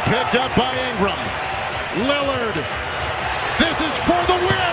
picked up by Ingram. Lillard. This is for the win.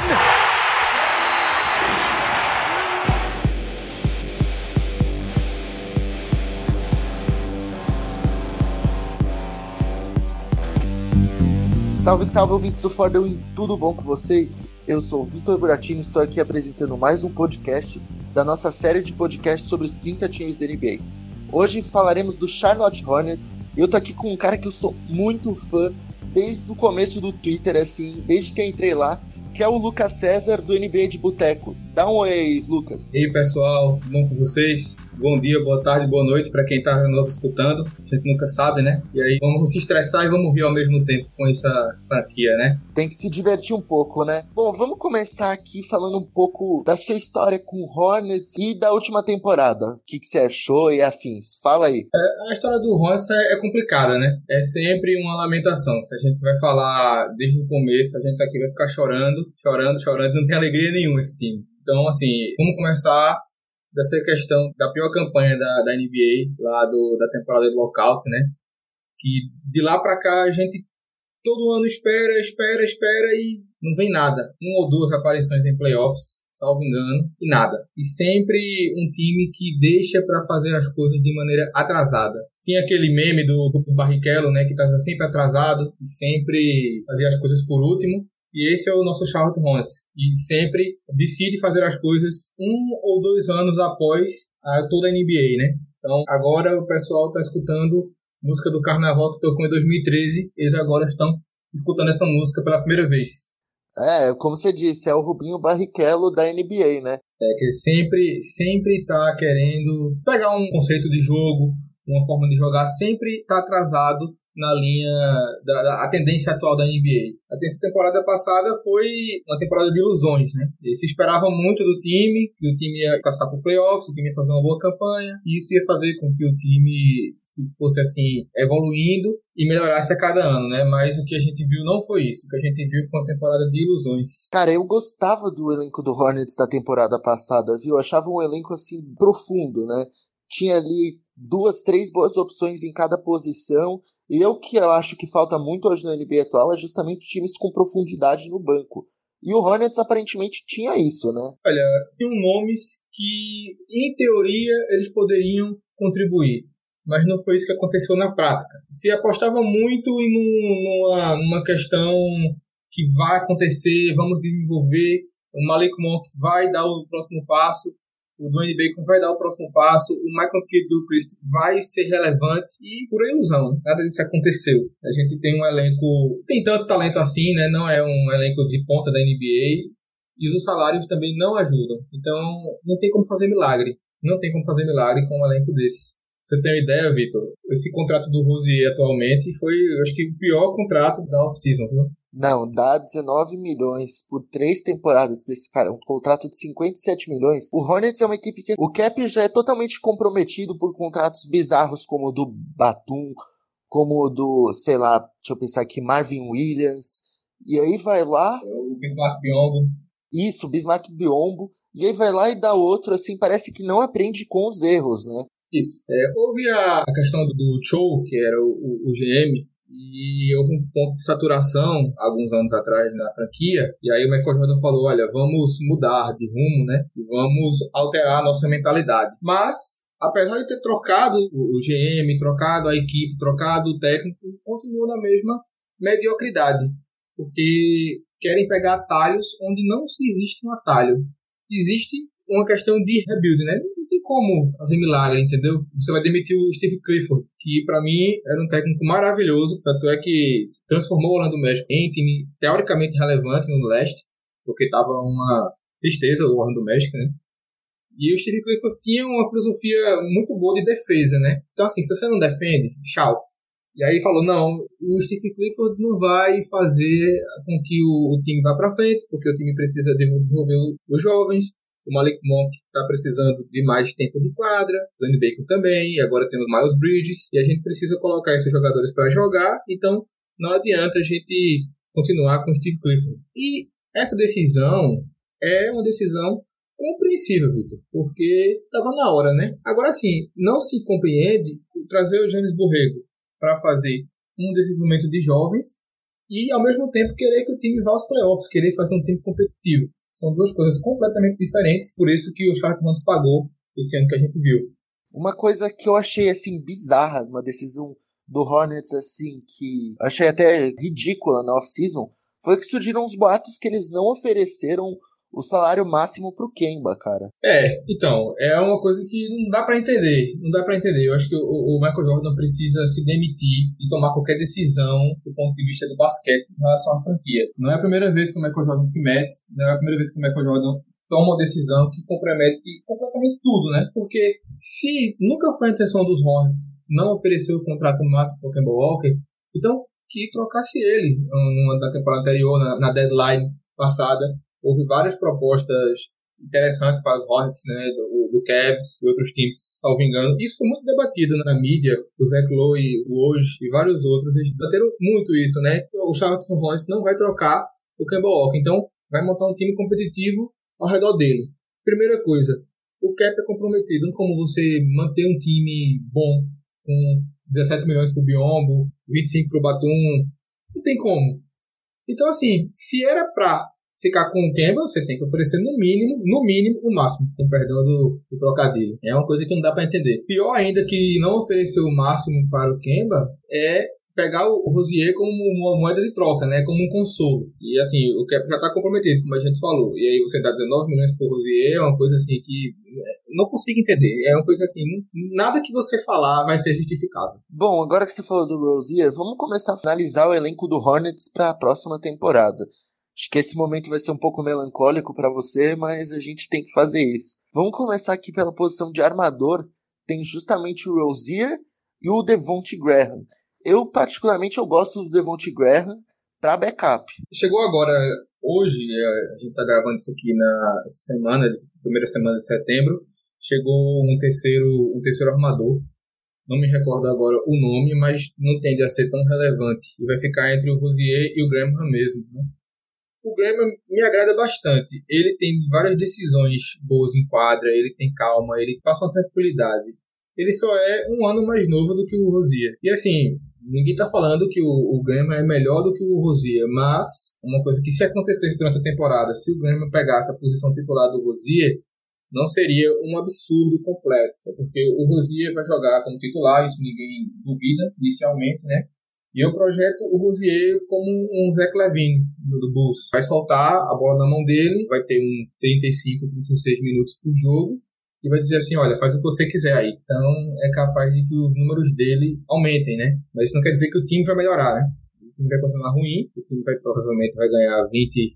Salve, salve, ouvintes do For The Win, tudo bom com vocês? Eu sou o Vitor Buratino e estou aqui apresentando mais um podcast da nossa série de podcasts sobre os 30 times da NBA. Hoje falaremos do Charlotte Hornets e eu tô aqui com um cara que eu sou muito fã desde o começo do Twitter, assim, desde que eu entrei lá, que é o Lucas César do NBA de Boteco. Dá um oi aí, Lucas. E aí, pessoal, tudo bom com vocês? Bom dia, boa tarde, boa noite para quem tá nos escutando. A gente nunca sabe, né? E aí, vamos se estressar e vamos rir ao mesmo tempo com essa franquia, né? Tem que se divertir um pouco, né? Bom, vamos começar aqui falando um pouco da sua história com o Hornets e da última temporada. O que você achou e afins? Fala aí. A história do Hornets é complicada, né? É sempre uma lamentação. Se a gente vai falar desde o começo, a gente aqui vai ficar chorando, não tem alegria nenhuma esse time. Então, assim, vamos começar dessa questão da pior campanha da NBA, lá da temporada do lockout, né? Que de lá pra cá a gente todo ano espera e não vem nada. Uma ou duas aparições em playoffs, salvo engano, e nada. E sempre um time que deixa pra fazer as coisas de maneira atrasada. Tinha aquele meme do Lucas Barrichello, né? Que tava sempre atrasado e sempre fazia as coisas por último. E esse é o nosso Charlotte Hornets, que sempre decide fazer as coisas 1 ou 2 anos após toda a NBA, né? Então, agora o pessoal está escutando música do Carnaval que tocou em 2013, eles agora estão escutando essa música pela primeira vez. Como você disse, é o Rubinho Barrichello da NBA, né? Que ele sempre tá querendo pegar um conceito de jogo, uma forma de jogar, sempre tá atrasado na linha da tendência atual da NBA. Essa temporada passada foi uma temporada de ilusões, né? E se esperava muito do time, que o time ia classificar para o playoffs, o time ia fazer uma boa campanha, e isso ia fazer com que o time fosse assim, evoluindo e melhorasse a cada ano, né? Mas o que a gente viu não foi isso. O que a gente viu foi uma temporada de ilusões. Cara, eu gostava do elenco do Hornets da temporada passada, viu? Eu achava um elenco, assim, profundo, né? Tinha ali 2, 3 boas opções em cada posição. E o que eu acho que falta muito hoje na NBA atual é justamente times com profundidade no banco. E o Hornets aparentemente tinha isso, né? Olha, tinham nomes que, em teoria, eles poderiam contribuir. Mas não foi isso que aconteceu na prática. Se apostava muito numa questão que vai acontecer, vamos desenvolver, o Malik Monk vai dar o próximo passo, o Dwayne Bacon vai dar o próximo passo, o Michael Kidd-Gilchrist vai ser relevante e por ilusão, nada disso aconteceu. A gente tem um elenco, tem tanto talento assim, né? Não é um elenco de ponta da NBA e os salários também não ajudam. Então não tem como fazer milagre. Não tem como fazer milagre com um elenco desse. Você tem uma ideia, Vitor? Esse contrato do Rosier atualmente foi, eu acho que o pior contrato da off-season, viu? Não, dá 19 milhões por 3 temporadas pra esse cara, um contrato de 57 milhões. O Hornets é uma equipe que o cap já é totalmente comprometido por contratos bizarros como o do Batum, como o do, sei lá, deixa eu pensar aqui, Marvin Williams. E aí vai lá... O Bismack Biyombo. Isso, o Bismack Biyombo. E aí vai lá e dá outro, assim, parece que não aprende com os erros, né? Isso. Houve a questão do Cho, que era o GM, e houve um ponto de saturação alguns anos atrás na franquia, e aí o Michael Jordan falou, olha, vamos mudar de rumo, né, e vamos alterar a nossa mentalidade. Mas, apesar de ter trocado o GM, trocado a equipe, trocado o técnico, continua na mesma mediocridade, porque querem pegar atalhos onde não se existe um atalho. Existe uma questão de rebuild, né? Não tem como fazer milagre, entendeu? Você vai demitir o Steve Clifford, que pra mim era um técnico maravilhoso, tanto é que transformou o Orlando Magic em time teoricamente relevante no leste, porque tava uma tristeza o Orlando Magic, né? E o Steve Clifford tinha uma filosofia muito boa de defesa, né? Então assim, se você não defende, tchau. E aí falou, não, o Steve Clifford não vai fazer com que o time vá pra frente, porque o time precisa desenvolver os jovens. O Malik Monk está precisando de mais tempo de quadra, o Dwayne Bacon também, e agora temos Miles Bridges, e a gente precisa colocar esses jogadores para jogar, então não adianta a gente continuar com o Steve Clifford. E essa decisão é uma decisão compreensível, Vitor, porque estava na hora, né? Agora sim, não se compreende trazer o Jonas Borrego para fazer um desenvolvimento de jovens e, ao mesmo tempo, querer que o time vá aos playoffs, querer fazer um time competitivo. São duas coisas completamente diferentes, por isso que o Charlotte Hornets pagou esse ano que a gente viu. Uma coisa que eu achei, assim, bizarra, uma decisão do Hornets, assim, que eu achei até ridícula na off-season, foi que surgiram os boatos que eles não ofereceram o salário máximo pro Kemba, cara. Então, é uma coisa que não dá pra entender. Eu acho que o Michael Jordan precisa se demitir e tomar qualquer decisão do ponto de vista do basquete em relação à franquia. Não é a primeira vez que o Michael Jordan se mete, não é a primeira vez que o Michael Jordan toma uma decisão que compromete completamente tudo, né? Porque se nunca foi a intenção dos Hornets não oferecer o contrato máximo pro Kemba Walker, então que trocasse ele na temporada anterior, na deadline passada. Houve várias propostas interessantes para os Hornets, né, do Cavs e outros times, salvo engano. Isso foi muito debatido na mídia. O Zach Lowe, o Woj e vários outros, eles debateram muito isso, né? O Charlotte Hornets não vai trocar o Kemba Walker, então vai montar um time competitivo ao redor dele. Primeira coisa, o cap é comprometido. Não tem como você manter um time bom com 17 milhões pro Biyombo, 25 pro Batum. Não tem como. Então, assim, se era pra ficar com o Kemba, você tem que oferecer no mínimo, o máximo, com perdão do trocadilho. É uma coisa que não dá pra entender. Pior ainda que não oferecer o máximo para o Kemba é pegar o Rozier como uma moeda de troca, né? Como um consolo. E assim, o cap já tá comprometido, como a gente falou. E aí você dá 19 milhões pro Rozier, é uma coisa assim que não consigo entender. É uma coisa assim, nada que você falar vai ser justificável. Bom, agora que você falou do Rozier, vamos começar a finalizar o elenco do Hornets para a próxima temporada. Acho que esse momento vai ser um pouco melancólico para você, mas a gente tem que fazer isso. Vamos começar aqui pela posição de armador. Tem justamente o Rozier e o Devonte Graham. Eu, particularmente, gosto do Devonte Graham para backup. Chegou agora, hoje, a gente tá gravando isso aqui essa semana, primeira semana de setembro, chegou um terceiro armador. Não me recordo agora o nome, mas não tende a ser tão relevante. E vai ficar entre o Rozier e o Graham mesmo, né? O Graham me agrada bastante. Ele tem várias decisões boas em quadra, ele tem calma, ele passa uma tranquilidade. Ele só é um ano mais novo do que o Rozier. E assim, ninguém tá falando que o Graham é melhor do que o Rozier, mas uma coisa que se acontecesse durante a temporada, se o Graham pegasse a posição titular do Rozier, não seria um absurdo completo, porque o Rozier vai jogar como titular, isso ninguém duvida inicialmente, né? E eu projeto o Rozier como um Zach LaVine do Bulls. Vai soltar a bola na mão dele, vai ter 35, 36 minutos por jogo e vai dizer assim, olha, faz o que você quiser aí. Então é capaz de que os números dele aumentem, né? Mas isso não quer dizer que o time vai melhorar, né? O time vai continuar ruim, o time provavelmente vai ganhar 20,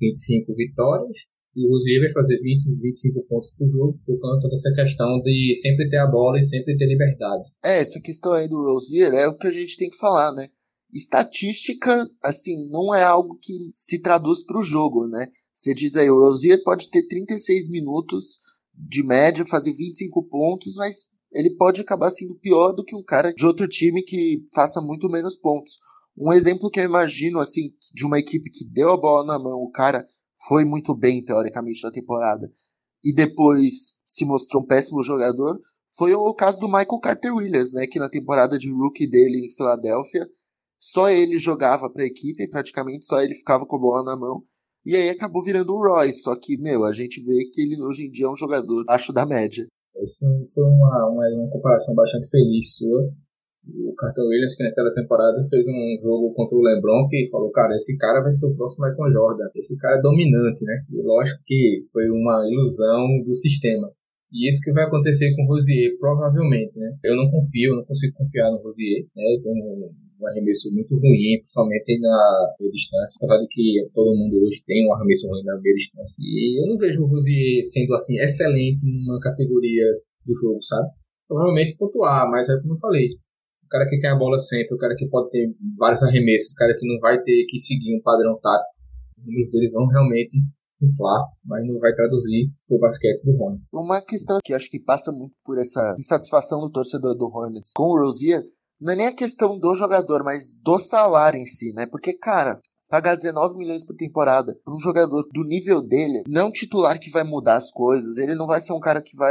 25 vitórias e o Rozier vai fazer 20, 25 pontos por jogo, por conta dessa questão de sempre ter a bola e sempre ter liberdade. Essa questão aí do Rozier é o que a gente tem que falar, né? Estatística, assim, não é algo que se traduz para o jogo, né? Você diz aí, o Rozier pode ter 36 minutos de média, fazer 25 pontos, mas ele pode acabar sendo pior do que um cara de outro time que faça muito menos pontos. Um exemplo que eu imagino, assim, de uma equipe que deu a bola na mão, o cara foi muito bem, teoricamente, na temporada, e depois se mostrou um péssimo jogador, foi o caso do Michael Carter Williams, né, que na temporada de rookie dele em Filadélfia, só ele jogava pra equipe, praticamente só ele ficava com a bola na mão, e aí acabou virando o Roy, só que, a gente vê que ele hoje em dia é um jogador abaixo da média. Essa foi uma comparação bastante feliz sua. O Carter Williams, que naquela temporada fez um jogo contra o LeBron, que falou, cara, esse cara vai ser o próximo Michael Jordan, esse cara é dominante, né? E lógico que foi uma ilusão do sistema. E isso que vai acontecer com o Rozier, provavelmente, né? Eu não consigo confiar no Rozier, né? Tem um arremesso muito ruim, principalmente na meia distância, apesar de que todo mundo hoje tem um arremesso ruim na meia distância. E eu não vejo o Rozier sendo, assim, excelente numa categoria do jogo, sabe? Provavelmente pontuar, mas é como eu falei, o cara que tem a bola sempre, o cara que pode ter vários arremessos, o cara que não vai ter que seguir um padrão tático, os números deles vão realmente inflar, mas não vai traduzir pro basquete do Hornets. Uma questão que eu acho que passa muito por essa insatisfação do torcedor do Hornets com o Rozier, não é nem a questão do jogador, mas do salário em si, né? Porque, cara, pagar 19 milhões por temporada pra um jogador do nível dele, não titular que vai mudar as coisas, ele não vai ser um cara que vai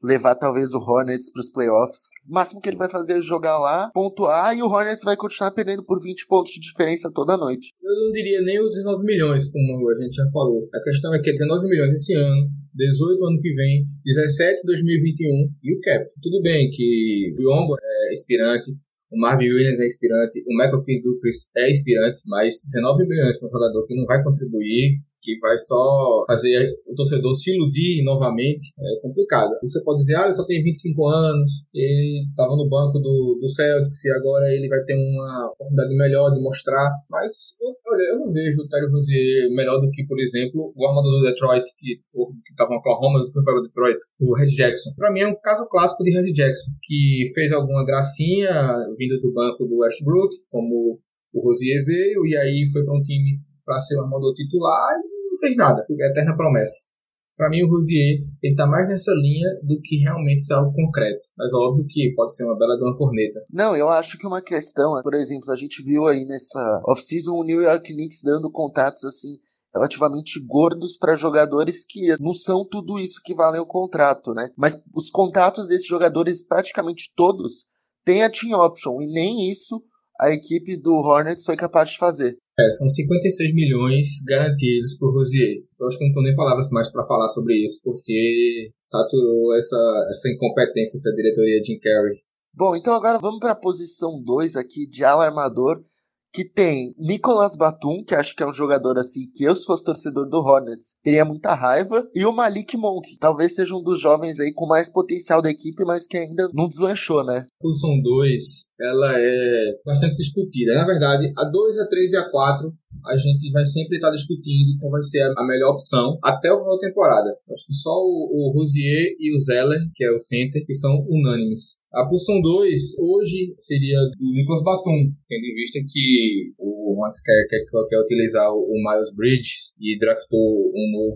levar talvez o Hornets para os playoffs. O máximo que ele vai fazer é jogar lá, pontuar, e o Hornets vai continuar perdendo por 20 pontos de diferença toda noite. Eu não diria nem os 19 milhões, como a gente já falou. A questão é que é 19 milhões esse ano, 18 ano que vem, 17 em 2021 e o cap. Tudo bem que o Biyombo é expirante, o Marvin Williams é expirante, o Michael Kidd-Gilchrist é expirante, mas 19 milhões para um jogador que não vai contribuir, que vai só fazer o torcedor se iludir novamente, é complicado. Você pode dizer, ele só tem 25 anos, ele estava no banco do Celtics e agora ele vai ter uma oportunidade melhor de mostrar, mas eu não vejo o Terry Rozier melhor do que, por exemplo, o armador do Detroit, que estava no Oklahoma e foi para o Detroit, o Reggie Jackson. Para mim é um caso clássico de Reggie Jackson, que fez alguma gracinha vindo do banco do Westbrook, como o Rozier veio, e aí foi para um time para ser o armador titular e não fez nada, porque é eterna promessa. Para mim, o Rozier, ele tá mais nessa linha do que realmente ser algo concreto. Mas óbvio que pode ser uma bela de uma corneta. Não, eu acho que uma questão, por exemplo, a gente viu aí nessa off-season o New York Knicks dando contratos assim relativamente gordos para jogadores que não são tudo isso que vale o contrato, né? Mas os contratos desses jogadores, praticamente todos, têm a team option, e nem isso a equipe do Hornets foi capaz de fazer. São 56 milhões garantidos por Rozier. Eu acho que não tenho nem palavras mais para falar sobre isso, porque saturou essa incompetência, essa diretoria de Jim Carrey. Bom, então agora vamos para a posição 2 aqui de ala armador, que tem Nicolas Batum, que acho que é um jogador assim que eu, se fosse torcedor do Hornets, teria muita raiva, e o Malik Monk, que talvez seja um dos jovens aí com mais potencial da equipe, mas que ainda não deslanchou, né? A posição 2, ela é bastante discutida. Na verdade, a 2, a 3 e a 4, a gente vai sempre estar discutindo qual vai ser a melhor opção até o final da temporada. Acho que só o Rozier e o Zeller, que é o center, que são unânimes. A posição 2, hoje, seria do Nicolas Batum, tendo em vista que o Hornets quer utilizar o Miles Bridges e draftou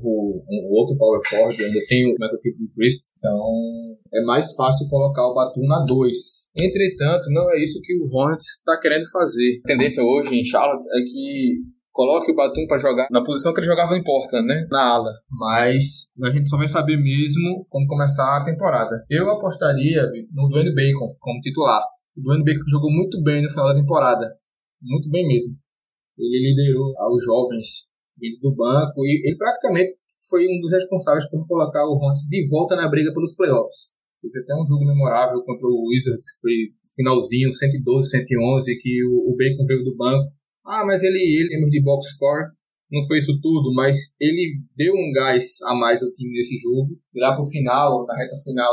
um outro power forward, ainda tem o Michael Kidd-Gilchrist, então é mais fácil colocar o Batum na 2. Entretanto, não é isso que o Hornets está querendo fazer. A tendência hoje em Charlotte é que coloque o Batum para jogar na posição que ele jogava em Portland, né? Na ala. Mas a gente só vai saber mesmo quando começar a temporada. Eu apostaria, Victor, no Dwayne Bacon como titular. O Dwayne Bacon jogou muito bem no final da temporada. Muito bem mesmo. Ele liderou os jovens dentro do banco e ele praticamente foi um dos responsáveis por colocar o Hornets de volta na briga pelos playoffs. Teve até um jogo memorável contra o Wizards, que foi finalzinho, 112, 111, que o Bacon veio do banco. Mas ele em termos de box score, não foi isso tudo, mas ele deu um gás a mais ao time nesse jogo. E lá pro final, na reta final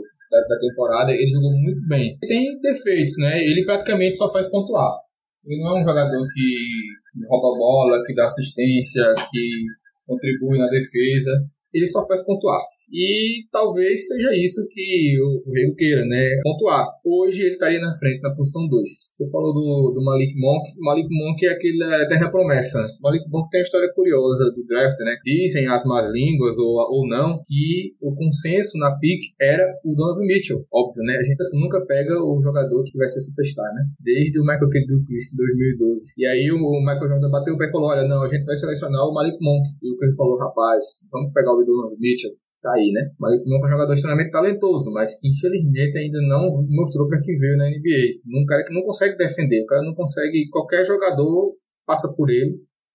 da temporada, ele jogou muito bem. Tem defeitos, né? Ele praticamente só faz pontuar. Ele não é um jogador que rouba a bola, que dá assistência, que contribui na defesa. Ele só faz pontuar. E talvez seja isso que o Rei queira, né? Pontuar. Hoje ele estaria na frente, na posição 2. Você falou do Malik Monk. O Malik Monk é aquela eterna promessa, né? O Malik Monk tem uma história curiosa do draft, né? Dizem as más línguas ou não que o consenso na pick era o Donovan Mitchell. Óbvio, né? A gente nunca pega o jogador que vai ser superstar, né? Desde o Michael Kidd-Gilchrist em 2012. E aí o Michael Jordan bateu o pé e falou, olha, não, a gente vai selecionar o Malik Monk. E o Chris falou, rapaz, vamos pegar o Donovan Mitchell. Tá aí, né? Malik Monk é um jogador extremamente talentoso, mas que infelizmente ainda não mostrou para que veio na NBA. Um cara que não consegue defender, o cara não consegue, qualquer jogador passa por ele.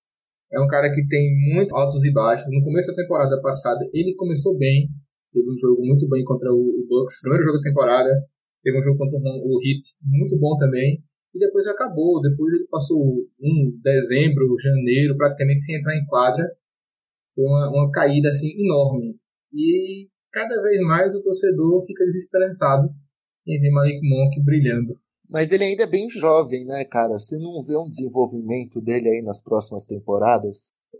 É um cara que tem muito altos e baixos. No começo da temporada passada, ele começou bem, teve um jogo muito bem contra o Bucks, primeiro jogo da temporada, teve um jogo contra o Heat, muito bom também, e depois acabou. Depois ele passou dezembro, janeiro, praticamente sem entrar em quadra. Foi uma caída assim enorme. E cada vez mais o torcedor fica desesperançado em ver Malik Monk brilhando. Mas ele ainda é bem jovem, né, cara? Você não vê um desenvolvimento dele aí nas próximas temporadas?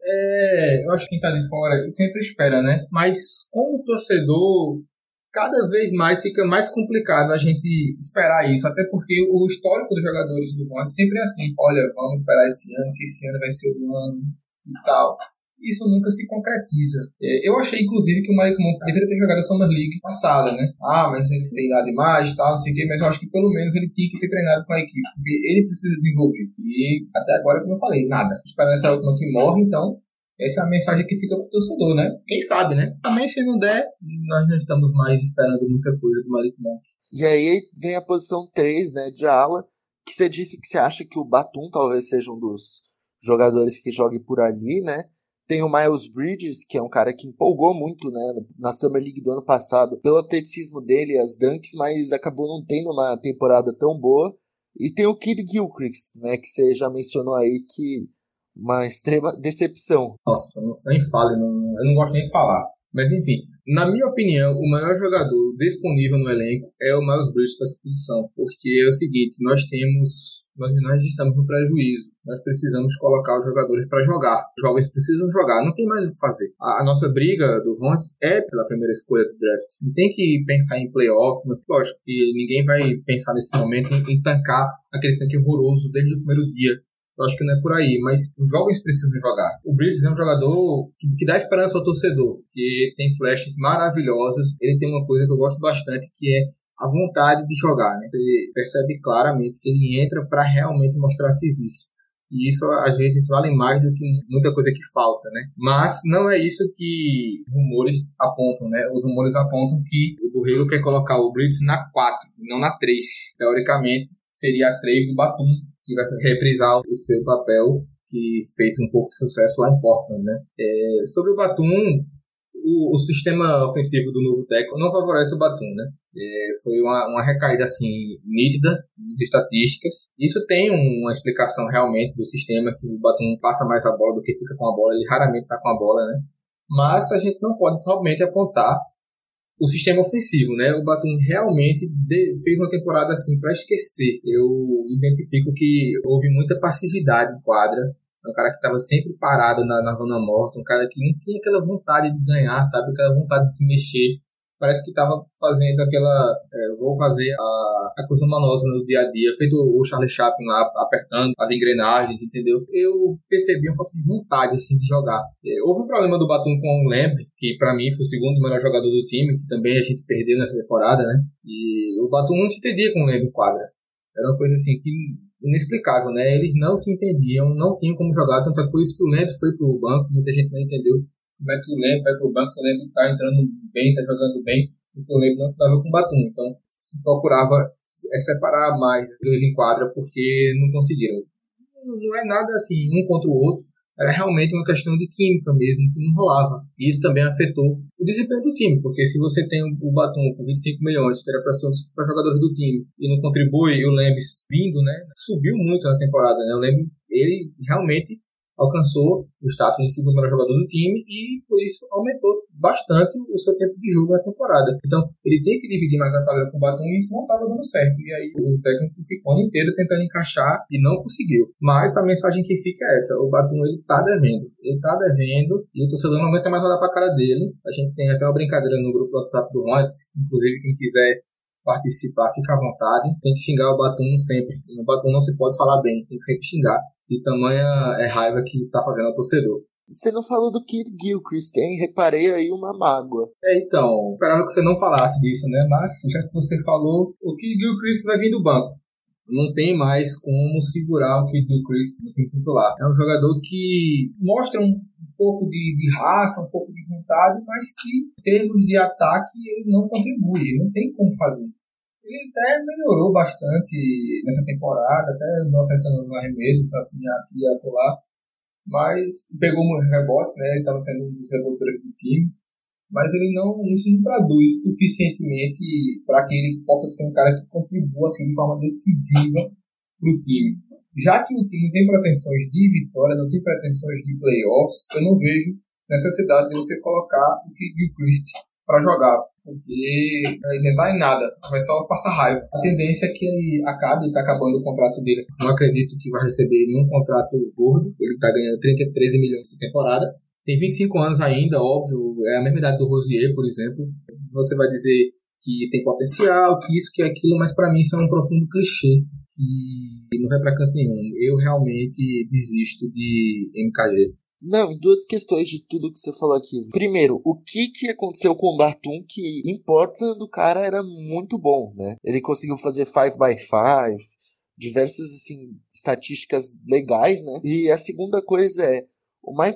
Eu acho que quem tá de fora sempre espera, né? Mas como torcedor, cada vez mais fica mais complicado a gente esperar isso. Até porque o histórico dos jogadores do Hornets sempre é assim. Olha, vamos esperar esse ano, que esse ano vai ser o ano e tal. Isso nunca se concretiza. Eu achei, inclusive, que o Malik Monk deveria ter jogado a Summer League passada, né? Mas ele tem idade demais, tal, não sei o quê, mas eu acho que pelo menos ele tinha que ter treinado com a equipe, porque ele precisa desenvolver. E até agora, como eu falei, nada. Esperando essa última que morre, então Essa é a mensagem que fica pro torcedor, né? Quem sabe, né? Também se não der, nós não estamos mais esperando muita coisa do Malik Monk. E aí vem a posição 3, né, de ala, que você disse que você acha que o Batum talvez seja um dos jogadores que jogue por ali, né? Tem o Miles Bridges, que é um cara que empolgou muito, né, na Summer League do ano passado, pelo atleticismo dele, as dunks, mas acabou não tendo uma temporada tão boa. E tem o Kid Gilchrist, né, que você já mencionou aí, que uma extrema decepção. Nossa, nem fale, eu não gosto nem de falar. Mas enfim, na minha opinião, o maior jogador disponível no elenco é o Miles Bridges para essa posição. Porque é o seguinte, nós estamos no prejuízo. Nós precisamos colocar os jogadores para jogar. Os jovens precisam jogar, não tem mais o que fazer. A nossa briga do Hornets é pela primeira escolha do draft. Não tem que pensar em playoff. Lógico que ninguém vai pensar nesse momento em tancar aquele tanque horroroso desde o primeiro dia. Eu acho que não é por aí, mas os jovens precisam jogar. O Bridges é um jogador que dá esperança ao torcedor, que tem flashes maravilhosos. Ele tem uma coisa que eu gosto bastante, que é a vontade de jogar, né? Você percebe claramente que ele entra para realmente mostrar serviço. E isso, às vezes, vale mais do que muita coisa que falta, né? Mas não é isso que os rumores apontam, né? Os rumores apontam que o Borrego quer colocar o Bridges na 4, não na 3. Teoricamente, seria a 3 do Batum, que vai reprisar o seu papel, que fez um pouco de sucesso lá em Portland, né? Sobre o Batum, o sistema ofensivo do novo técnico não favorece o Batum, né? Foi uma recaída, assim, nítida de estatísticas. Isso tem uma explicação realmente do sistema, que o Batum passa mais a bola do que fica com a bola, ele raramente está com a bola, né? Mas a gente não pode somente apontar o sistema ofensivo, né? O Batum realmente fez uma temporada assim para esquecer. Eu identifico que houve muita passividade em quadra. É um cara que estava sempre parado na zona morta, um cara que não tinha aquela vontade de ganhar, sabe? Aquela vontade de se mexer. Parece que estava fazendo vou fazer a coisa monótona do dia a dia, feito o Charlie Chaplin lá, apertando as engrenagens, entendeu? Eu percebi uma falta de vontade, assim, de jogar. Houve um problema do Batum com o Lamb, que pra mim foi o segundo melhor jogador do time, que também a gente perdeu nessa temporada, né? E o Batum não se entendia com o Lamb em quadra. Era uma coisa, assim, que inexplicável, né? Eles não se entendiam, não tinham como jogar, tanto é por isso que o Lamb foi pro banco, muita gente não entendeu como é que o Lamb vai pro banco, se o Lamb tá entrando bem, tá jogando bem, porque o Lamb não se dava com o Batum. Então, se procurava separar mais dois em quadra, porque não conseguiram. Não é nada assim, um contra o outro. Era realmente uma questão de química mesmo, que não rolava. E isso também afetou o desempenho do time, porque se você tem o Batum com 25 milhões, que era para ser um dos jogadores do time, e não contribui, e o Lamb vindo, né, subiu muito na temporada, né? O Lamb, ele realmente alcançou o status de segundo melhor jogador do time e, por isso, aumentou bastante o seu tempo de jogo na temporada. Então, ele tem que dividir mais a quadra com o Batum e isso não estava dando certo. E aí, o técnico ficou o ano inteiro tentando encaixar e não conseguiu. Mas a mensagem que fica é essa: o Batum, ele tá devendo. Ele tá devendo e o torcedor não aguenta mais olhar pra cara dele. A gente tem até uma brincadeira no grupo do WhatsApp do Hornets, inclusive quem quiser participar, fica à vontade. Tem que xingar o Batum sempre. No Batum não se pode falar bem, tem que sempre xingar. E tamanha é raiva que tá fazendo ao torcedor. Você não falou do Kid Gilchrist, hein? Reparei aí uma mágoa. Então, esperava que você não falasse disso, né? Mas, já que você falou, o Kid Gilchrist vai vir do banco. Não tem mais como segurar o Kid Gilchrist no time titular. É um jogador que mostra um pouco de raça, um pouco de vontade, mas que, em termos de ataque, ele não contribui. Ele não tem como fazer. Ele até melhorou bastante nessa temporada, até não acertando os arremessos, assim, aqui e acolá, mas pegou rebotes, né? Ele estava sendo um dos rebotadores do time, mas isso não traduz suficientemente para que ele possa ser um cara que contribua assim, de forma decisiva para o time. Já que o time não tem pretensões de vitória, não tem pretensões de playoffs, eu não vejo necessidade de você colocar o Kid Gilchrist para jogar, porque vai tentar em nada, vai só passar raiva. A tendência é que ele está acabando o contrato dele. Não acredito que vai receber nenhum contrato gordo, ele está ganhando 13 milhões essa temporada. Tem 25 anos ainda, óbvio, é a mesma idade do Rosier, por exemplo. Você vai dizer que tem potencial, que isso, que aquilo, mas para mim isso é um profundo clichê, que não vai para canto nenhum. Eu realmente desisto de MKG. Não, duas questões de tudo que você falou aqui. Primeiro, o que aconteceu com o Batum, que em Portland o cara era muito bom, né? Ele conseguiu fazer 5x5, diversas, assim, estatísticas legais, né? E a segunda coisa é, o Michael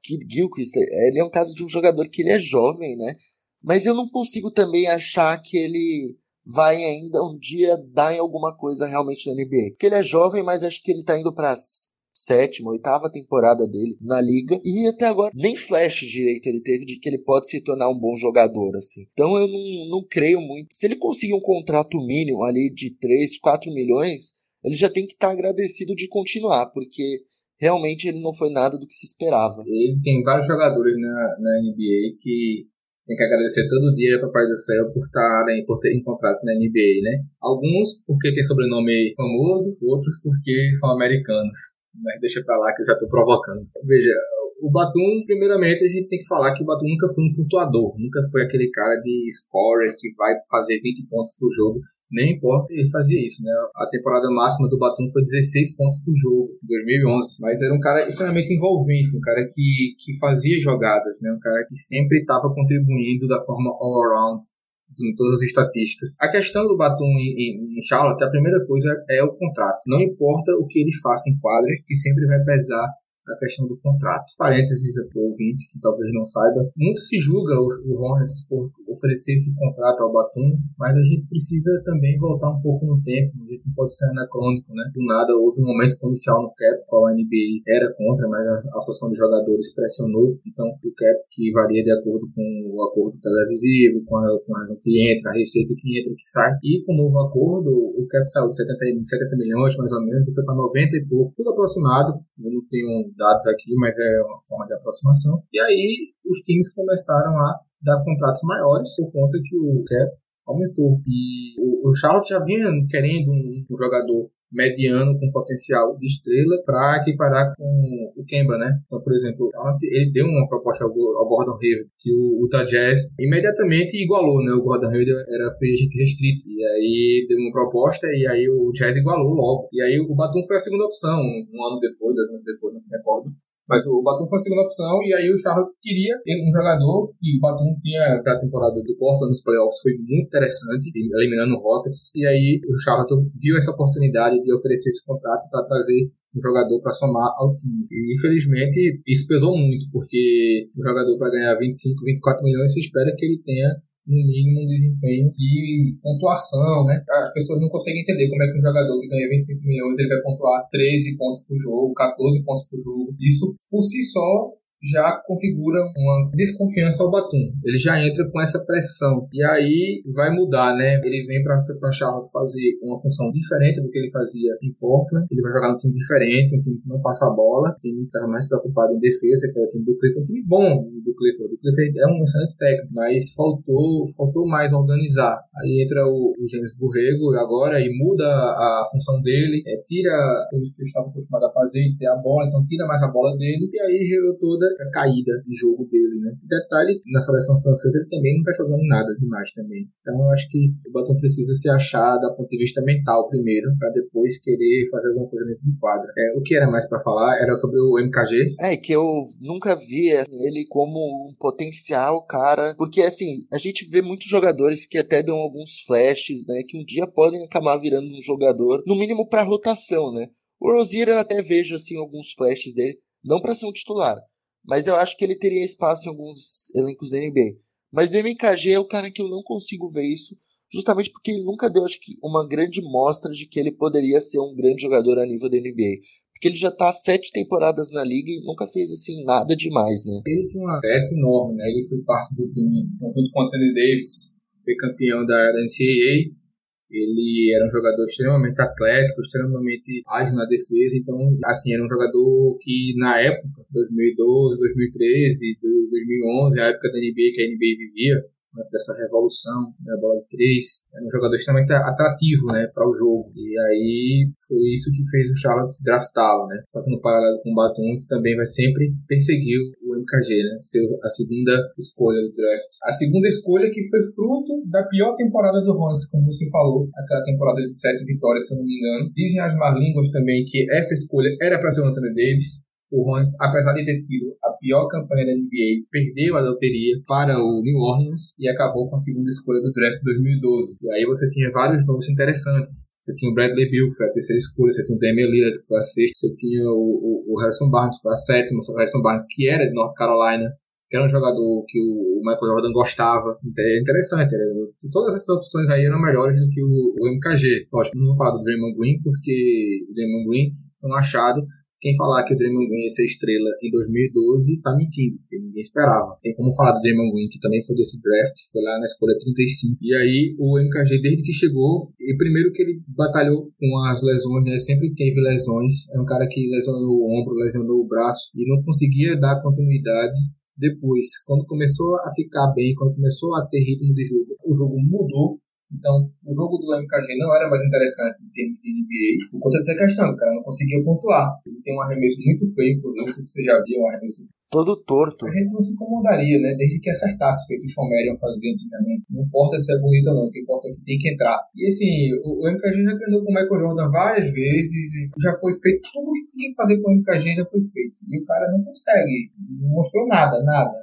Kidd-Gilchrist, ele é um caso de um jogador que ele é jovem, né? Mas eu não consigo também achar que ele vai ainda um dia dar em alguma coisa realmente na NBA. Porque ele é jovem, mas acho que ele tá indo pra 7ª, 8ª temporada dele na liga, e até agora nem flash direito ele teve de que ele pode se tornar um bom jogador, assim. Então eu não creio muito. Se ele conseguir um contrato mínimo ali de 3, 4 milhões, ele já tem que estar agradecido de continuar, porque realmente ele não foi nada do que se esperava. Ele tem vários jogadores na NBA que tem que agradecer todo dia Papai do Céu por terem contrato na NBA, né? Alguns porque tem sobrenome famoso, outros porque são americanos. Mas deixa pra lá que eu já tô provocando. Veja, o Batum, primeiramente, a gente tem que falar que o Batum nunca foi um pontuador, nunca foi aquele cara de scorer que vai fazer 20 pontos por jogo. Nem importa, ele fazia isso, né? A temporada máxima do Batum foi 16 pontos por jogo, em 2011. Mas era um cara extremamente envolvente, um cara que fazia jogadas, né? Um cara que sempre estava contribuindo da forma all-around em todas as estatísticas. A questão do Batum em Charlotte, a primeira coisa é o contrato. Não importa o que ele faça em quadra, que sempre vai pesar a questão do contrato. Parênteses para o ouvinte, que talvez não saiba, muito se julga o Hornets por oferecer esse contrato ao Batum, mas a gente precisa também voltar um pouco no tempo, a gente não pode ser anacrônico, né? Do nada houve um momento policial no cap, qual a NBA era contra, mas a Associação de Jogadores pressionou, então o cap, que varia de acordo com o acordo televisivo, com a razão que entra, a receita que entra e que sai, e com o novo acordo, o cap saiu de 70 milhões mais ou menos, e foi para 90 e pouco, tudo aproximado, eu não tenho dados aqui, mas é uma forma de aproximação. E aí os times começaram a dar contratos maiores por conta que o cap aumentou. E o Charlotte já vinha querendo um jogador mediano com potencial de estrela para equiparar com o Kemba, né? Então, por exemplo, ele deu uma proposta ao Gordon Hayward, que o Utah Jazz imediatamente igualou, né? O Gordon Hayward era free agent restrito, e aí deu uma proposta e aí o Jazz igualou logo. E aí o Batum foi a segunda opção, um ano depois, 2 anos depois, não me recordo. Mas o Batum foi a segunda opção, e aí o Charlotte queria ter um jogador, e o Batum tinha, para a temporada do Portland nos playoffs, foi muito interessante, eliminando o Rockets, e aí o Charlotte viu essa oportunidade de oferecer esse contrato para trazer um jogador para somar ao time. E infelizmente isso pesou muito, porque o jogador para ganhar 25, 24 milhões, se espera que ele tenha no mínimo um desempenho de pontuação, né? As pessoas não conseguem entender como é que um jogador que ganha 25 milhões ele vai pontuar 13 pontos por jogo, 14 pontos por jogo. Isso por si só já configura uma desconfiança ao Batum. Ele já entra com essa pressão. E aí vai mudar, né? Ele vem para Charlotte fazer uma função diferente do que ele fazia em Portland. Ele vai jogar num time diferente, um time que não passa a bola, um time que estava mais preocupado em defesa, que é o time do Clifford, um time bom do Clifford. O Clifford é um excelente técnico, mas faltou mais organizar. Aí entra o James Borrego agora e muda a função dele, tira coisas que ele estava acostumado a fazer, ter a bola, então tira mais a bola dele, e aí gerou toda a caída de jogo dele, né? Detalhe, na seleção francesa ele também não tá jogando nada demais também. Então eu acho que o Batum precisa se achar da ponto de vista mental primeiro, para depois querer fazer alguma coisa dentro de quadra. O que era mais para falar era sobre o MKG. Que eu nunca vi ele como um potencial cara, porque assim, a gente vê muitos jogadores que até dão alguns flashes, né, que um dia podem acabar virando um jogador, no mínimo para rotação, né? O Rozier eu até vejo assim alguns flashes dele, não para ser um titular, mas eu acho que ele teria espaço em alguns elencos da NBA. Mas o MKG é o cara que eu não consigo ver isso, justamente porque ele nunca deu, acho que, uma grande mostra de que ele poderia ser um grande jogador a nível da NBA. Porque ele já tá 7 temporadas na liga e nunca fez, assim, nada demais, né? Ele tinha um teto enorme, né? Ele foi parte do time, junto com o Anthony Davis, foi campeão da NCAA. Ele era um jogador extremamente atlético, extremamente ágil na defesa, então, assim, era um jogador que, na época, 2012, 2013, 2011, a época da NBA que a NBA vivia, antes dessa revolução da bola de 3, era um jogador extremamente atrativo, né, para o jogo. E aí foi isso que fez o Charlotte draftá-lo, né, fazendo um paralelo com o Batum, isso também vai sempre perseguir o MKG, né, ser a segunda escolha do draft. A segunda escolha que foi fruto da pior temporada do Hornets, como você falou, aquela temporada de 7 vitórias, se eu não me engano. Dizem as más línguas também que essa escolha era para ser o Anthony Davis. O Hornets, apesar de ter tido a pior campanha da NBA, perdeu a loteria para o New Orleans e acabou com a segunda escolha do draft de 2012. E aí você tinha vários nomes interessantes. Você tinha o Bradley Beal, que foi a terceira escolha, você tinha o Damian Lillard, que foi a sexta, você tinha o Harrison Barnes, que foi a sétima, o Harrison Barnes, que era de North Carolina, que era um jogador que o Michael Jordan gostava. É interessante, todas essas opções aí eram melhores do que o MKG. Lógico, não vou falar do Draymond Green, porque o Draymond Green foi um achado. Quem falar que o Draymond Green ia ser estrela em 2012 tá mentindo, porque ninguém esperava. Tem como falar do Draymond Green, que também foi desse draft, foi lá na escolha 35. E aí o MKG, desde que chegou, e primeiro que ele batalhou com as lesões, né? Sempre teve lesões. Era um cara que lesionou o ombro, lesionou o braço e não conseguia dar continuidade. Depois, quando começou a ficar bem, quando começou a ter ritmo de jogo, o jogo mudou. Então, o jogo do MKG não era mais interessante em termos de NBA, por conta dessa questão, o cara não conseguia pontuar. Ele tem um arremesso muito feio, inclusive, não sei se você já viu um arremesso todo torto. A gente não se incomodaria, né? Desde que acertasse, feito o Sean Marion fazia antigamente. Não importa se é bonito ou não, o que importa é que tem que entrar. E assim, o MKG já treinou com o Michael Jordan várias vezes, e já foi feito, tudo que tinha que fazer com o MKG já foi feito. E o cara não consegue, não mostrou nada.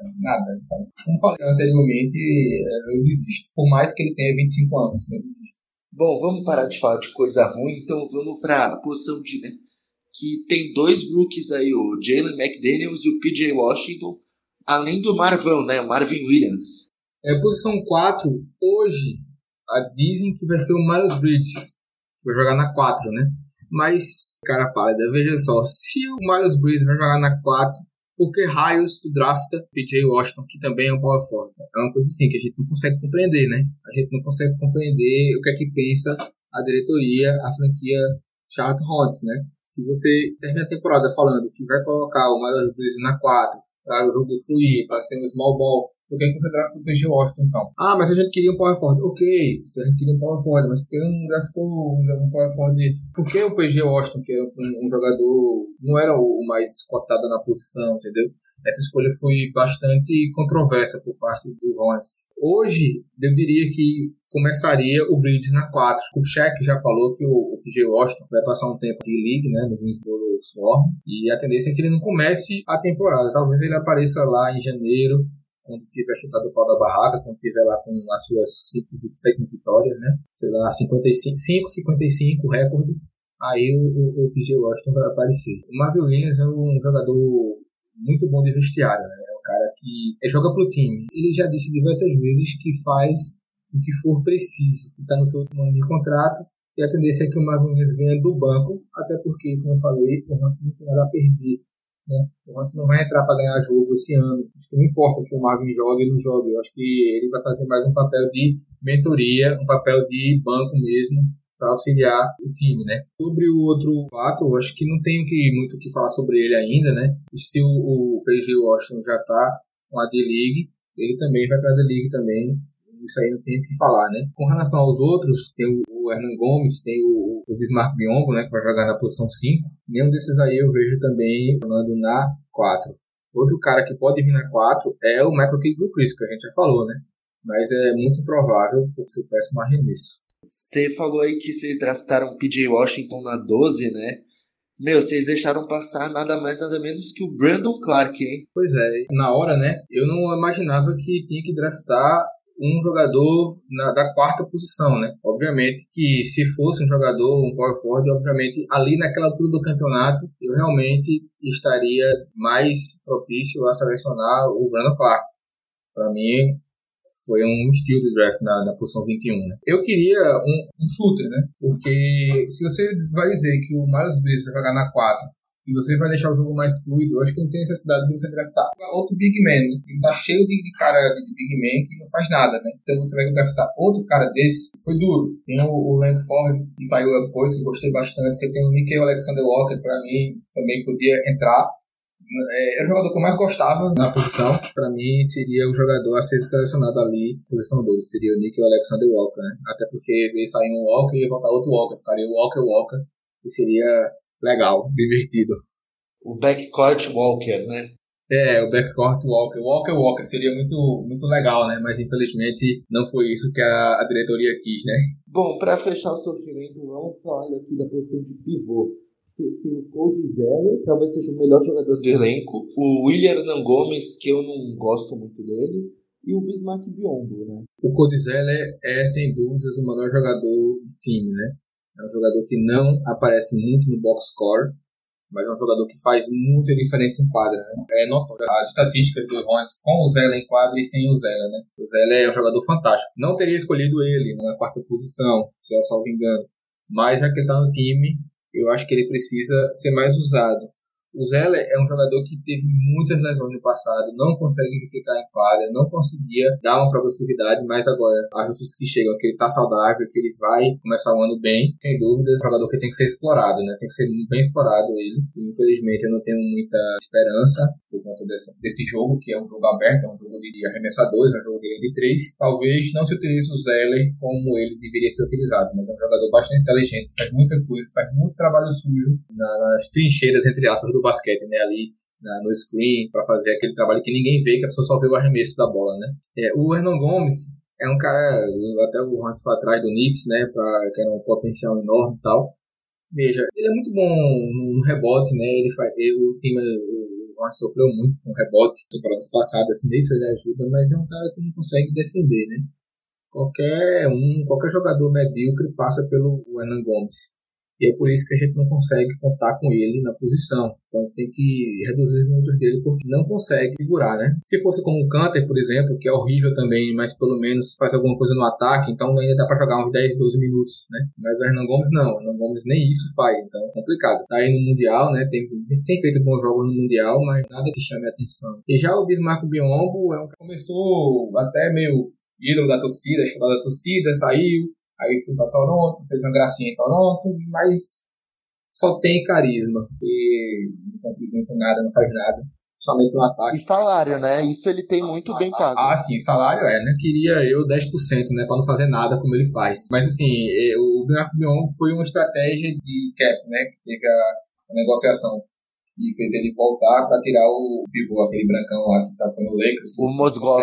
Então, como falei anteriormente, eu desisto. Por mais que ele tenha 25 anos, eu desisto. Bom, vamos parar de falar de coisa ruim, então vamos para a posição de... que tem dois rookies aí, o Jalen McDaniels e o PJ Washington, além do Marvão, né, o Marvin Williams. Posição 4, hoje, dizem que vai ser o Miles Bridges, vai jogar na 4, né? Mas, cara pálida, veja só, se o Miles Bridges vai jogar na 4, por que raios tu drafta PJ Washington, que também é um power forward? É uma coisa assim que a gente não consegue compreender, né? A gente não consegue compreender o que é que pensa a diretoria, a franquia Charlotte Hornets, né? Se você termina a temporada falando que vai colocar o Miles Bridges na 4 para o jogo fluir, para ser um small ball, por que você drafta o PJ Washington então? Mas a gente queria um power forward. Ok, se a gente queria um power forward, mas por que não draftou um power forward? Por que o PJ Washington, que é um jogador, não era o mais cotado na posição, entendeu? Essa escolha foi bastante controversa por parte do Hornets. Hoje, eu diria que começaria o Bridges na 4. O Shaq já falou que o PJ Washington vai passar um tempo de league, né, no Greensboro Swarm, e a tendência é que ele não comece a temporada. Talvez ele apareça lá em janeiro, quando tiver chutado o pau da barraca, quando tiver lá com as suas 7 vitórias, né, sei lá, 55 recorde, aí o PJ Washington vai aparecer. O Marvin Williams é um jogador muito bom de vestiário, né? É um cara que joga pro time. Ele já disse diversas vezes que faz o que for preciso. Ele está no seu último ano de contrato e a tendência é que o Marvin Williams venha do banco, até porque, como eu falei, o Hornets não tem nada a perder, né? O Hornets não vai entrar para ganhar jogo esse ano. Acho que não importa que o Marvin jogue ou não jogue. Eu acho que ele vai fazer mais um papel de mentoria, um papel de banco mesmo, para auxiliar o time, né? Sobre o outro fato, acho que não tenho muito o que falar sobre ele ainda, né? E se o PJ Washington já tá com a D-League, ele também vai para a D-League também. Isso aí não tem o que falar, né? Com relação aos outros, tem o Hernan Gomes, tem o Bismarck Biyombo, né? Que vai jogar na posição 5. Nenhum desses aí eu vejo também jogando na 4. Outro cara que pode vir na 4 é o Michael Kidd-Gilchrist, que a gente já falou, né? Mas é muito improvável por seu péssimo arremesso. Você falou aí que vocês draftaram o PJ Washington na 12, né? Vocês deixaram passar nada mais nada menos que o Brandon Clark, hein? Pois é, na hora, né? Eu não imaginava que tinha que draftar um jogador da 4ª posição, né? Obviamente que se fosse um jogador, um power forward, obviamente ali naquela altura do campeonato, eu realmente estaria mais propício a selecionar o Brandon Clark. Para mim, foi um estilo de draft na posição 21, né? Eu queria um shooter, né? Porque se você vai dizer que o Miles Bridges vai jogar na 4 e você vai deixar o jogo mais fluido, eu acho que não tem necessidade de você draftar outro big man, né? Ele tá cheio de cara de big man que não faz nada, né? Então você vai draftar outro cara desse, foi duro. Tem o Langford, que saiu depois, que eu gostei bastante. Você tem o Nickeil Alexander-Walker, pra mim, também podia entrar. É o jogador que eu mais gostava na posição. Pra mim, seria o jogador a ser selecionado ali, posição 12. Seria o Nickeil Alexander-Walker, né? Até porque ele saiu um Walker e ia voltar outro Walker. Ficaria o Walker, que seria legal, divertido. O backcourt Walker, né? O backcourt Walker seria muito legal, né? Mas infelizmente não foi isso que a diretoria quis, né? Bom, para fechar o sofrimento, vamos falar aqui da posição de pivô. Tem o Cody Zeller, talvez seja o melhor jogador do elenco. O William Hernan Gomes, que eu não gosto muito dele. E o Bismarck Biyombo, né? O Cody Zeller é, sem dúvidas, o melhor jogador do time, né? É um jogador que não aparece muito no box score, mas é um jogador que faz muita diferença em quadra, né? É notório as estatísticas do Hornets com o Zeller em quadra e sem o Zeller, né? O Zeller é um jogador fantástico. Não teria escolhido ele na quarta posição, se eu salvo engano, mas já que ele está no time, eu acho que ele precisa ser mais usado. O Zeller é um jogador que teve muitas lesões no passado, não consegue ficar em quadra, não conseguia dar uma progressividade, mas agora as notícias que chegam é que ele está saudável, que ele vai começar o ano bem, sem dúvidas, é um jogador que tem que ser explorado, né? Tem que ser bem explorado ele. E, infelizmente eu não tenho muita esperança por conta desse jogo, que é um jogo aberto, é um jogo de arremessadores, é um jogo de linha de 3. Talvez não se utilize o Zeller como ele deveria ser utilizado, mas é um jogador bastante inteligente, faz muita coisa, faz muito trabalho sujo nas trincheiras, entre aspas, do basquete, né, ali no screen, para fazer aquele trabalho que ninguém vê, que a pessoa só vê o arremesso da bola, né. O Hernan Gomes é um cara, até o Hans foi atrás do Knicks, né, que era um potencial enorme e tal. Veja, ele é muito bom no rebote, né, o time, o Hans sofreu muito com rebote, temporadas passadas, assim, nisso ele ajuda, mas é um cara que não consegue defender, né. Qualquer jogador medíocre passa pelo Hernan Gomes. E é por isso que a gente não consegue contar com ele na posição. Então tem que reduzir os minutos dele porque não consegue segurar, né? Se fosse como o Kanter, por exemplo, que é horrível também, mas pelo menos faz alguma coisa no ataque, então ainda dá para jogar uns 10, 12 minutos, né? Mas o Hernan Gomes não. O Hernan Gomes nem isso faz, então é complicado. Tá aí no Mundial, né? Tem feito bons jogos no Mundial, mas nada que chame a atenção. E já o Bismarck Biyombo começou até meio ídolo da torcida, chamado da torcida, saiu. Aí fui pra Toronto, fez uma gracinha em Toronto, mas só tem carisma. E não contribui com nada, não faz nada. Somente no ataque. E salário, né? Isso ele tem muito bem pago. Sim, salário né? Queria eu 10%, né? Pra não fazer nada como ele faz. Mas assim, o Bismarck Biyombo foi uma estratégia de cap, né? Que teve a negociação. E fez ele voltar para tirar o pivô, aquele brancão lá que tá no Lakers. O Mozgov.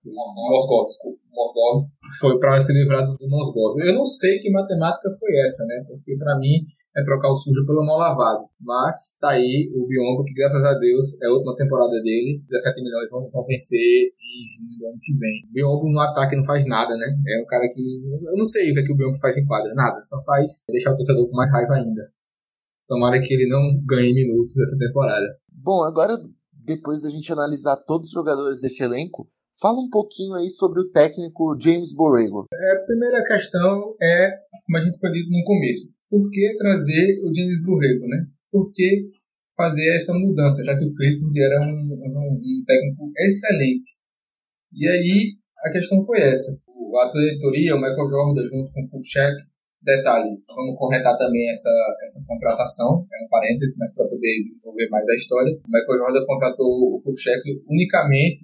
Mozgov foi para se livrar do Mozgov. Eu não sei que matemática foi essa, né? Porque para mim é trocar o sujo pelo mal lavado. Mas tá aí o Biyombo, que graças a Deus é a última temporada dele. 17 milhões vão vencer em junho do ano que vem. O Biyombo no ataque não faz nada, né? É um cara que... Eu não sei o que o Biyombo faz em quadra. Nada. Só faz deixar o torcedor com mais raiva ainda. Tomara que ele não ganhe minutos dessa temporada. Bom, agora, depois da gente analisar todos os jogadores desse elenco, fala um pouquinho aí sobre o técnico James Borrego. A primeira questão é, como a gente foi dito no começo, por que trazer o James Borrego, né? Por que fazer essa mudança, já que o Clifford era um técnico excelente? E aí, a questão foi essa. A diretoria, o Michael Jordan, junto com o Kupchak. Detalhe, vamos corretar também essa contratação, é um parêntese, mas para poder desenvolver mais a história. O Michael Jordan contratou o Kupchak unicamente,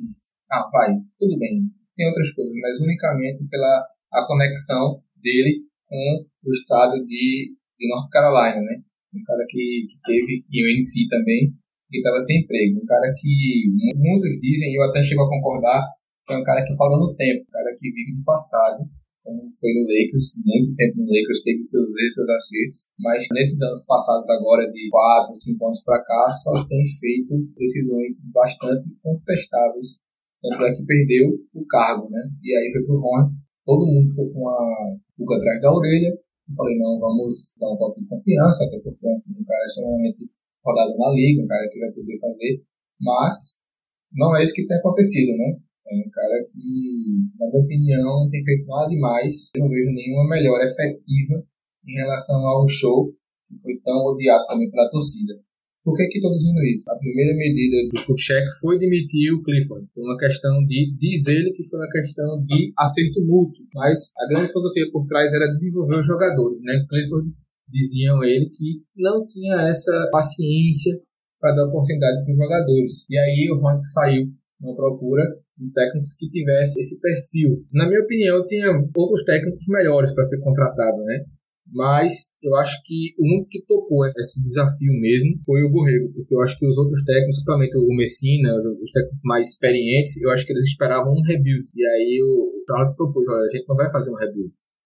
tudo bem, tem outras coisas, mas unicamente pela a conexão dele com o estado de North Carolina, né? Um cara que teve em UNC também, que estava sem emprego, um cara que muitos dizem, e eu até chego a concordar, que é um cara que parou no tempo, um cara que vive de passado, como foi no Lakers, muito tempo no Lakers, teve seus erros, seus acertos, mas nesses anos passados agora, de 4, 5 anos para cá, só tem feito decisões bastante contestáveis, tanto é que perdeu o cargo, né? E aí foi pro Hornets, todo mundo ficou com a pulga atrás da orelha, eu falei, não, vamos dar um voto de confiança, até porque é um cara extremamente rodado na liga, um cara que vai poder fazer, mas não é isso que tem acontecido, né? É um cara que, na minha opinião, não tem feito nada demais. Eu não vejo nenhuma melhora efetiva em relação ao show, que foi tão odiado também pela torcida. Por que estou dizendo isso? A primeira medida do Kupchak foi demitir o Clifford. Foi uma questão diz ele que foi uma questão de acerto mútuo. Mas a grande filosofia por trás era desenvolver os jogadores, né? O Clifford diziam ele que não tinha essa paciência para dar oportunidade para os jogadores. E aí o Hornets saiu numa procura de técnicos que tivessem esse perfil. Na minha opinião, tinha outros técnicos melhores para ser contratado, né? Mas eu acho que o único que topou esse desafio mesmo foi o Borrego, porque eu acho que os outros técnicos, principalmente o Messina, os técnicos mais experientes, eu acho que eles esperavam um rebuild. E aí o Charlotte propôs, olha, a gente não vai fazer um rebuild,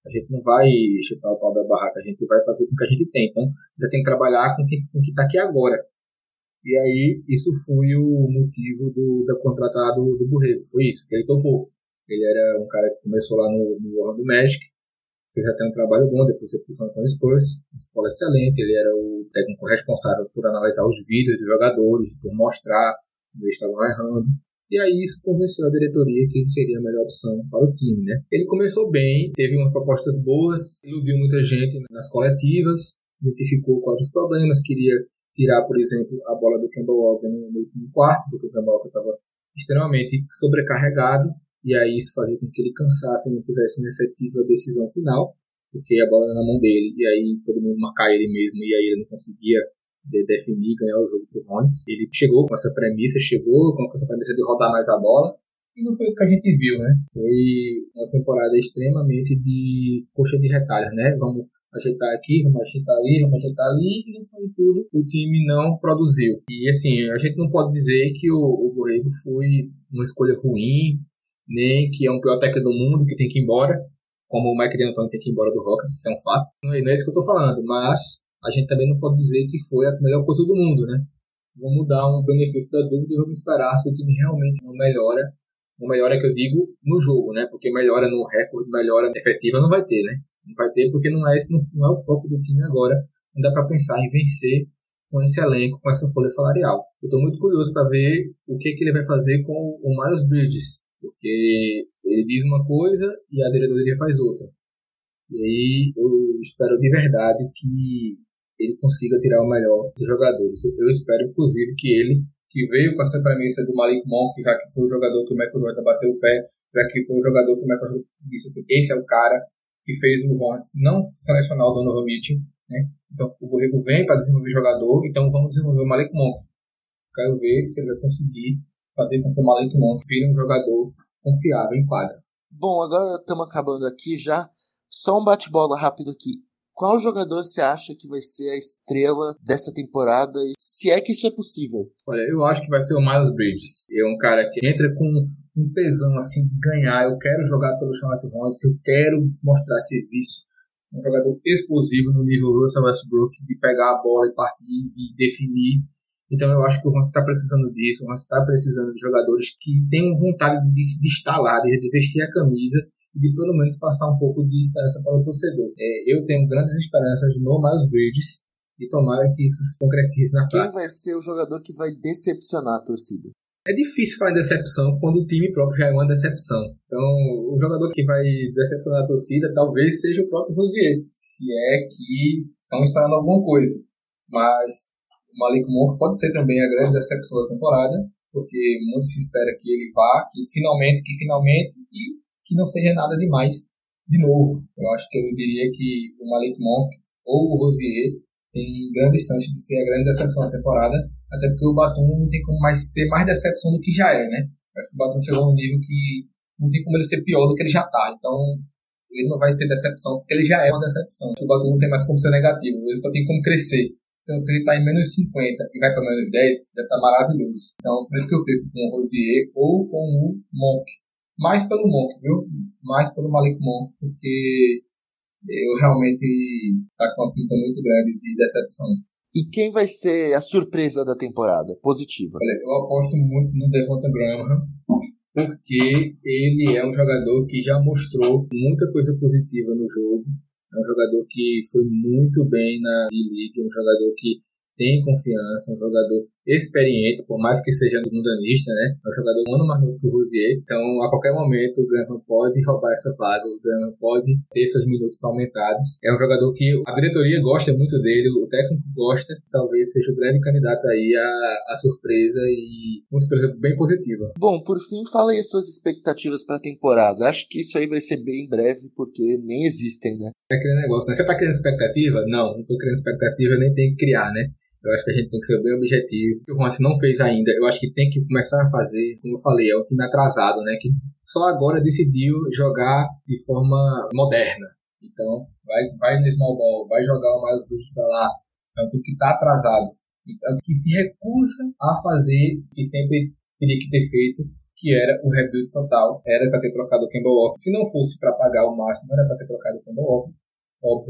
A gente não vai chutar o pau da barraca, a gente vai fazer com o que a gente tem. Então, já tem que trabalhar com o que está aqui agora. E aí, isso foi o motivo da contratada do Borrego. Foi isso, que ele topou. Ele era um cara que começou lá no Orlando Magic, fez até um trabalho bom, depois foi pro San Antonio Spurs, uma escola excelente. Ele era o técnico responsável por analisar os vídeos dos jogadores, por mostrar onde eles estavam errando. E aí isso convenceu a diretoria que ele seria a melhor opção para o time, né? Ele começou bem, teve umas propostas boas, iludiu muita gente nas coletivas, identificou quais os problemas, queria tirar, por exemplo, a bola do Kemba Walker no último quarto, porque o Kemba Walker estava extremamente sobrecarregado, e aí isso fazia com que ele cansasse e não tivesse uma efetiva decisão final, porque a bola era na mão dele, e aí todo mundo marcar ele mesmo, e aí ele não conseguia definir, ganhar o jogo pro Hornets. Ele chegou com essa premissa de rodar mais a bola, e não foi isso que a gente viu, né? Foi uma temporada extremamente de coxa de retalhos, né? Vamos ajeitar aqui, vamos ajeitar ali, e no fundo de tudo, o time não produziu. E assim, a gente não pode dizer que o Borrego foi uma escolha ruim, nem que é um pior técnico do mundo, que tem que ir embora, como o Mike D'Antoni tem que ir embora do Rockets, isso é um fato. Não é isso que eu tô falando, mas a gente também não pode dizer que foi a melhor coisa do mundo, né? Vamos dar um benefício da dúvida e vamos esperar se o time realmente não melhora. Uma melhora que eu digo no jogo, né? Porque melhora no recorde, melhora efetiva não vai ter, né? Não vai ter porque não é o foco do time agora. Não dá para pensar em vencer com esse elenco, com essa folha salarial. Eu estou muito curioso para ver o que ele vai fazer com o Miles Bridges, porque ele diz uma coisa e a diretoria faz outra. E aí eu espero de verdade que ele consiga tirar o melhor dos jogadores. Eu espero, inclusive, que ele, que veio com essa premissa do Malik Monk, já que foi o jogador que o Michael Jordan bateu o pé, já que foi o jogador que o Michael Jordan disse assim, esse é o cara que fez o Hornets não selecionar o Donovan Mitchell, né? Então o Borrego vem para desenvolver jogador, então vamos desenvolver o Malik Monk. Quero ver se ele vai conseguir fazer com que o Malik Monk vire um jogador confiável em quadra. Bom, agora estamos acabando aqui já. Só um bate-bola rápido aqui. Qual jogador você acha que vai ser a estrela dessa temporada? E se é que isso é possível? Olha, eu acho que vai ser o Miles Bridges. É um cara que entra com um tesão assim de ganhar. Eu quero jogar pelo Charlotte Hornets, eu quero mostrar serviço. Um jogador explosivo no nível Russell Westbrook, de pegar a bola e partir e definir. Então eu acho que o Hornets está precisando disso. O Hornets está precisando de jogadores que tenham vontade de estar lá, de vestir a camisa, de pelo menos passar um pouco de esperança para o torcedor. Eu tenho grandes esperanças no Miles Bridges e tomara que isso se concretize na prática. Quem vai ser o jogador que vai decepcionar a torcida? É difícil falar em decepção quando o time próprio já é uma decepção. Então, o jogador que vai decepcionar a torcida talvez seja o próprio Rozier, se é que estão esperando alguma coisa. Mas o Malik Monk pode ser também a grande decepção da temporada, porque muito se espera que ele vá, que finalmente, e que não seja nada demais de novo. Eu acho que eu diria que o Malik Monk ou o Rozier tem grandes chances de ser a grande decepção da temporada, até porque o Batum não tem como mais ser mais decepção do que já é, né? Eu acho que o Batum chegou num nível que não tem como ele ser pior do que ele já tá. Então, ele não vai ser decepção, porque ele já é uma decepção. O Batum não tem mais como ser negativo, ele só tem como crescer. Então, se ele tá em menos 50 e vai para menos 10, já tá maravilhoso. Então, por isso que eu fico com o Rozier ou com o Monk. Mais pelo Monk, viu? Mais pelo Malik Monk, porque eu realmente tá com uma pinta muito grande de decepção. E quem vai ser a surpresa da temporada? Positiva. Olha, eu aposto muito no Devonta Graham, porque ele é um jogador que já mostrou muita coisa positiva no jogo. É um jogador que foi muito bem na D-League, um jogador que tem confiança, um jogador experiente, por mais que seja mundanista, né? É um jogador um ano mais novo que o Rozier. Então, a qualquer momento, o Graham pode roubar essa vaga, o Graham pode ter seus minutos aumentados. É um jogador que a diretoria gosta muito dele, o técnico gosta, talvez seja o grande candidato aí à surpresa e uma surpresa bem positiva. Bom, por fim, fala aí as suas expectativas para a temporada. Acho que isso aí vai ser bem breve, porque nem existem, né? É aquele negócio, né? Você tá criando expectativa? Não tô criando expectativa, nem tem que criar, né? Eu acho que a gente tem que ser bem objetivo. O que o Hornets não fez ainda, eu acho que tem que começar a fazer, como eu falei, é um time atrasado, né? Que só agora decidiu jogar de forma moderna. Então, vai no small ball, vai jogar o mais bruto pra lá. É um time que tá atrasado. Então, que se recusa a fazer o que sempre teria que ter feito, que era o rebuild total. Era para ter trocado o Kemba Walker. Se não fosse para pagar o máximo, era para ter trocado o Kemba Walker, óbvio.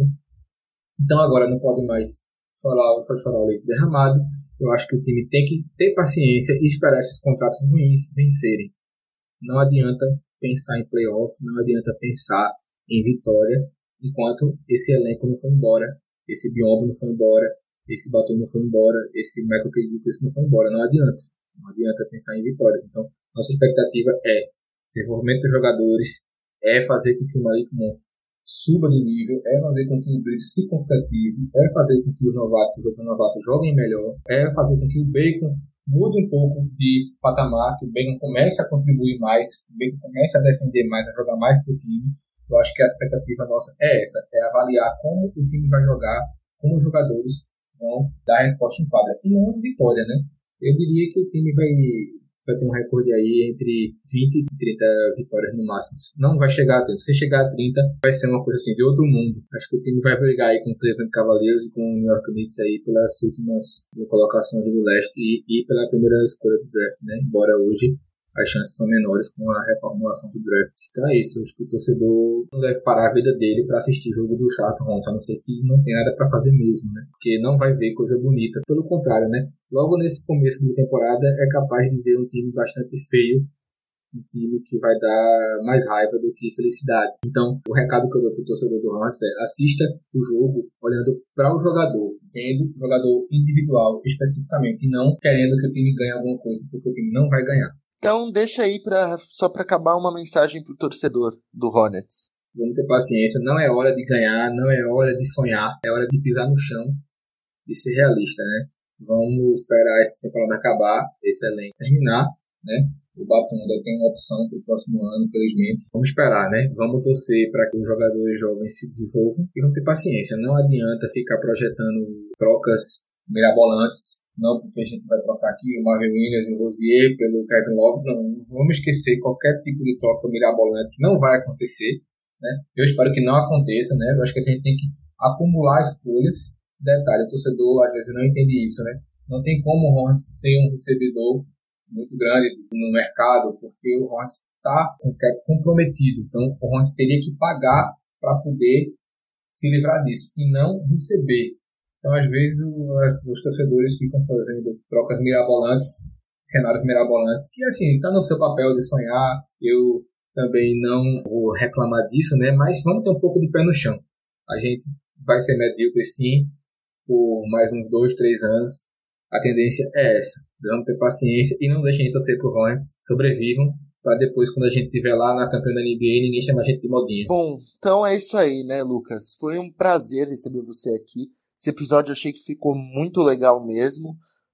Então agora não pode mais chorar o leite derramado. Eu acho que o time tem que ter paciência e esperar esses contratos ruins vencerem. Não adianta pensar em playoff, não adianta pensar em vitória enquanto esse elenco não foi embora, esse Biyombo não foi embora, esse Batum não foi embora, esse Michael Kidd não foi embora. Não adianta pensar em vitórias. Então, nossa expectativa é desenvolvimento dos jogadores, é fazer com que o Malik Monk suba de nível, é fazer com que o Bridges se concretize, é fazer com que os novatos e os outros novatos joguem melhor, é fazer com que o Bacon mude um pouco de patamar, que o Bacon comece a contribuir mais, que o Bacon comece a defender mais, a jogar mais pro time. Eu acho que a expectativa nossa é essa, é avaliar como o time vai jogar, como os jogadores vão dar a resposta em quadra. E não vitória, né? Eu diria que o time vai ter um recorde aí entre 20 e 30 vitórias no máximo. Não vai chegar a 30. Se chegar a 30, vai ser uma coisa assim de outro mundo. Acho que o time vai brigar aí com o Cleveland Cavaliers e com o New York Knicks aí pelas últimas colocações do leste e pela primeira escolha do draft, né? Embora hoje as chances são menores com a reformulação do draft. Então é isso, acho que o torcedor não deve parar a vida dele para assistir jogo do Charlotte Hornets, a não ser que não tenha nada para fazer mesmo, né? Porque não vai ver coisa bonita. Pelo contrário, né? Logo nesse começo da temporada é capaz de ver um time bastante feio, um time que vai dar mais raiva do que felicidade. Então, o recado que eu dou pro torcedor do Hornets é: assista o jogo olhando para o jogador, vendo o jogador individual especificamente, e não querendo que o time ganhe alguma coisa, porque o time não vai ganhar. Então deixa aí só para acabar uma mensagem pro torcedor do Hornets. Vamos ter paciência, não é hora de ganhar, não é hora de sonhar, é hora de pisar no chão, de ser realista, né? Vamos esperar essa temporada acabar, esse elenco terminar, né? O Batum ainda tem uma opção para o próximo ano, infelizmente. Vamos esperar, né? Vamos torcer para que os jogadores jovens se desenvolvam e vamos ter paciência. Não adianta ficar projetando trocas mirabolantes. Não, porque a gente vai trocar aqui o Marvin Williams e o Rozier pelo Kevin Love. Não vamos esquecer qualquer tipo de troca mirabolante que não vai acontecer, né? Eu espero que não aconteça, né? Eu acho que a gente tem que acumular escolhas. Detalhe, o torcedor às vezes não entende isso, né? Não tem como o Hornets ser um recebedor muito grande no mercado, porque o Hornets está com o cap comprometido. Então, o Hornets teria que pagar para poder se livrar disso e não receber. Então, às vezes, os torcedores ficam fazendo trocas mirabolantes, cenários mirabolantes, que, assim, está no seu papel de sonhar. Eu também não vou reclamar disso, né? Mas vamos ter um pouco de pé no chão. A gente vai ser medíocre, sim, por mais uns 2, 3 anos. A tendência é essa. Vamos ter paciência e não deixem de torcer pro Hornets. Sobrevivam, para depois, quando a gente estiver lá na campeã da NBA, ninguém chamar a gente de modinha. Bom, então é isso aí, né, Lucas? Foi um prazer receber você aqui. Esse episódio eu achei que ficou muito legal mesmo.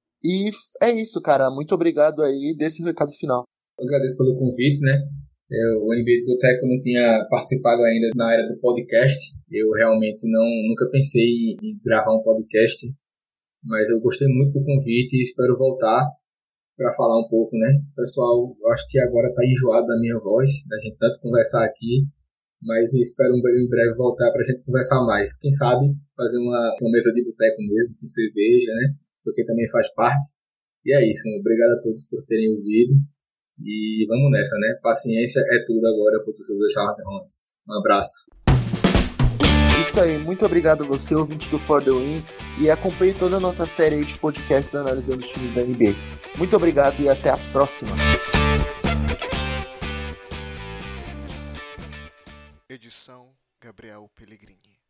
E é isso, cara. Muito obrigado aí. Desse recado final. Eu agradeço pelo convite, né? O NBA de Boteco não tinha participado ainda na era do podcast. Eu realmente nunca pensei em gravar um podcast. Mas eu gostei muito do convite e espero voltar para falar um pouco, né? Pessoal, eu acho que agora está enjoado da minha voz, da gente tanto conversar aqui. Mas eu espero em breve voltar para a gente conversar mais. Quem sabe fazer uma mesa de boteco mesmo, com cerveja, né? Porque também faz parte. E é isso. Obrigado a todos por terem ouvido. E vamos nessa, né? Paciência é tudo agora para o torcedor do Charlotte Hornets. Um abraço. Isso aí. Muito obrigado a você, ouvinte do For The Win. E acompanhe toda a nossa série aí de podcasts analisando os times da NBA. Muito obrigado e até a próxima. Edição Gabriel Pellegrini.